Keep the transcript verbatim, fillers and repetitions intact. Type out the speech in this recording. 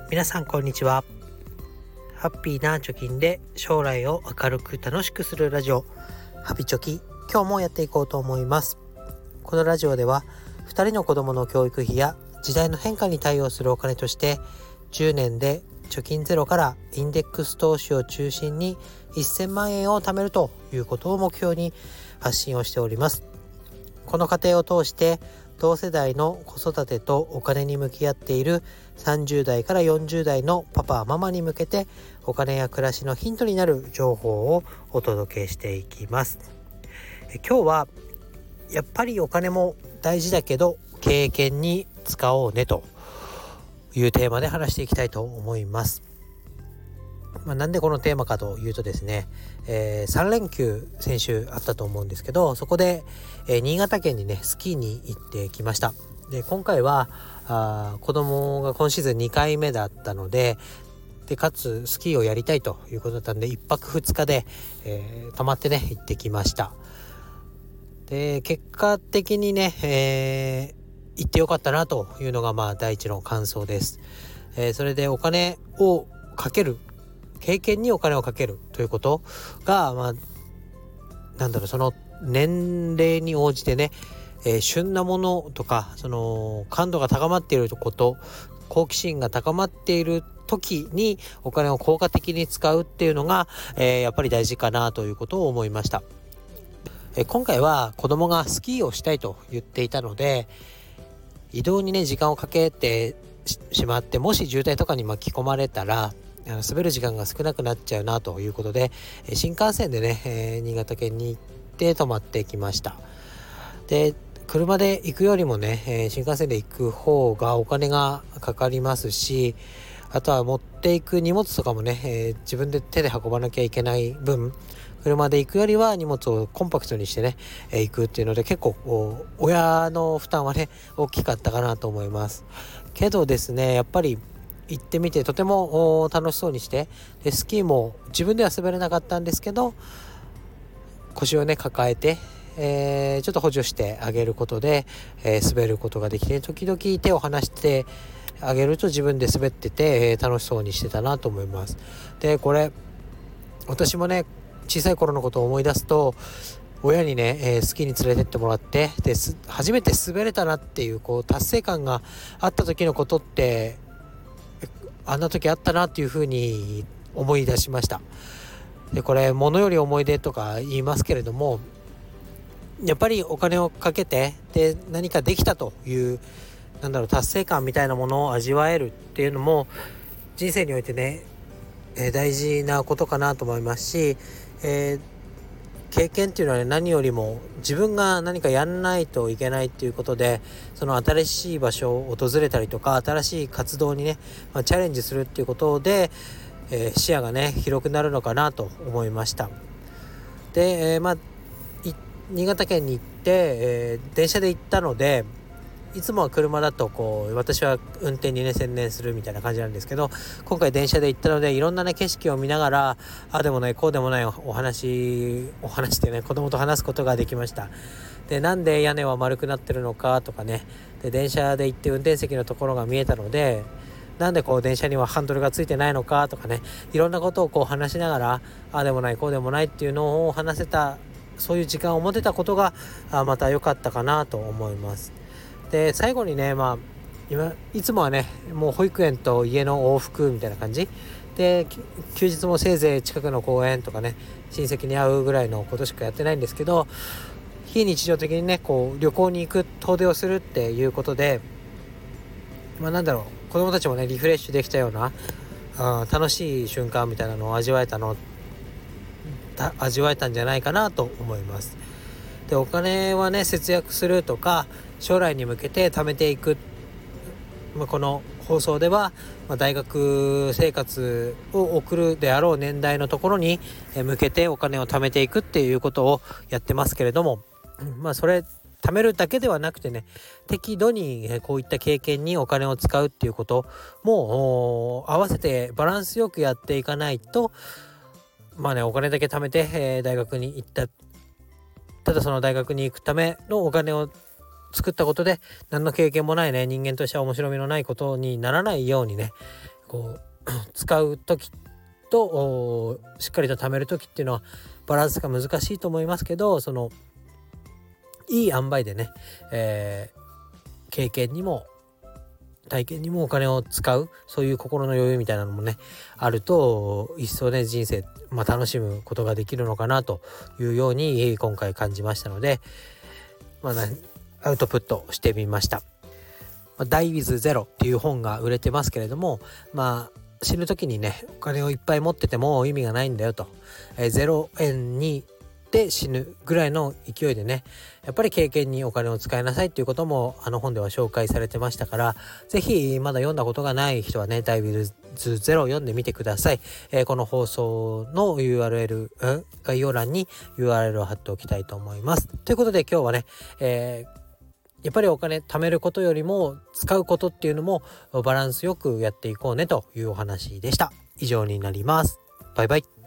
皆さんこんにちは。ハッピーな貯金で将来を明るく楽しくするラジオ、ハピチョキ、今日もやっていこうと思います。このラジオではふたりの子供の教育費や時代の変化に対応するお金としてじゅうねんで貯金ゼロからインデックス投資を中心にせんまんえんを貯めるということを目標に発信をしております。この過程を通して同世代の子育てとお金に向き合っているさんじゅう代からよんじゅう代のパパママに向けてお金や暮らしのヒントになる情報をお届けしていきます。え今日はやっぱりお金も大事だけど経験に使おうねというテーマで話していきたいと思います。まあ、なんでこのテーマかというとですね、えー、さん連休先週あったと思うんですけど、そこで、えー、新潟県にねスキーに行ってきました。で今回はあ子供が今シーズンにかいめだったのででかつスキーをやりたいということだったんでいっぱくふつかで、えー、泊まってね行ってきました。で結果的にね、えー、行ってよかったなというのがまあ第一の感想です。えー、それでお金をかける経験にお金をかけるということが、まあ、なんだろうその年齢に応じてね、えー、旬なものとかその感度が高まっていること好奇心が高まっている時にお金を効果的に使うっていうのが、えー、やっぱり大事かなということを思いました。えー、今回は子供がスキーをしたいと言っていたので移動にね時間をかけてしまってもし渋滞とかに巻き込まれたら滑る時間が少なくなっちゃうなということで新幹線でね、えー、新潟県に行って泊まってきました。で車で行くよりもね、えー、新幹線で行く方がお金がかかりますし、あとは持っていく荷物とかもね、えー、自分で手で運ばなきゃいけない分車で行くよりは荷物をコンパクトにしてね、えー、行くっていうので結構親の負担はね大きかったかなと思います。けどですねやっぱり行ってみてとても楽しそうにしてでスキーも自分では滑れなかったんですけど腰をね抱えて、えー、ちょっと補助してあげることで、えー、滑ることができて時々手を離してあげると自分で滑ってて、えー、楽しそうにしてたなと思います。でこれ私もね小さい頃のことを思い出すと親にね、えー、スキーに連れてってもらってで初めて滑れたなっていう、こう達成感があった時のことってあんな時あったなっていうふうに思い出しました。でこれ物より思い出とか言いますけれどもやっぱりお金をかけてで何かできたというなんだろう達成感みたいなものを味わえるっていうのも人生においてね、えー、大事なことかなと思いますし、えー経験っていうのは、ね、何よりも自分が何かやんないといけないっていうことでその新しい場所を訪れたりとか新しい活動にね、まあ、チャレンジするっていうことで、えー、視野がね広くなるのかなと思いました。で、えー、まあ新潟県に行って、えー、電車で行ったのでいつもは車だとこう私は運転にね専念するみたいな感じなんですけど今回電車で行ったのでいろんなね景色を見ながらあでもないこうでもないお話お話でね子供と話すことができました。でなんで屋根は丸くなってるのかとかねで電車で行って運転席のところが見えたのでなんでこう電車にはハンドルがついてないのかとかねいろんなことをこう話しながらあでもないこうでもないっていうのを話せたそういう時間を持てたことがあまた良かったかなと思います。で最後にねまあ今いつもはねもう保育園と家の往復みたいな感じで休日もせいぜい近くの公園とかね親戚に会うぐらいのことしかやってないんですけど非日常的にねこう旅行に行く遠出をするっていうことでまあなんだろう子供たちもねリフレッシュできたようなあ楽しい瞬間みたいなのを味わえたの味わえたんじゃないかなと思います。でお金はね節約するとか将来に向けて貯めていく、まあ、この放送では、まあ、大学生活を送るであろう年代のところに向けてお金を貯めていくっていうことをやってますけれども、まあそれ貯めるだけではなくてね適度にこういった経験にお金を使うっていうことも合わせてバランスよくやっていかないとまあねお金だけ貯めて、えー、大学に行ったただその大学に行くためのお金を作ったことで何の経験もないね人間としては面白みのないことにならないようにねこう使う時としっかりと貯める時っていうのはバランスが難しいと思いますけど、そのいい塩梅でね、えー、経験にも体験にもお金を使う、そういう心の余裕みたいなのもねあると一層ね人生、まあ、楽しむことができるのかなというように今回感じましたので、まあ、アウトプットしてみました。ダイ・ウィズ・ゼロっていう本が売れてますけれども、まあ死ぬ時にねお金をいっぱい持ってても意味がないんだよと、えー、ゼロえんにで死ぬぐらいの勢いでね、やっぱり経験にお金を使いなさいっていうこともあの本では紹介されてましたから、ぜひまだ読んだことがない人はねダイ・ウィズ・ゼロを読んでみてください。えー、この放送の ユーアールエル、うん、概要欄に ユーアールエル を貼っておきたいと思います。ということで今日はね、えーやっぱりお金貯めることよりも使うことっていうのもバランスよくやっていこうねというお話でした。以上になります。バイバイ。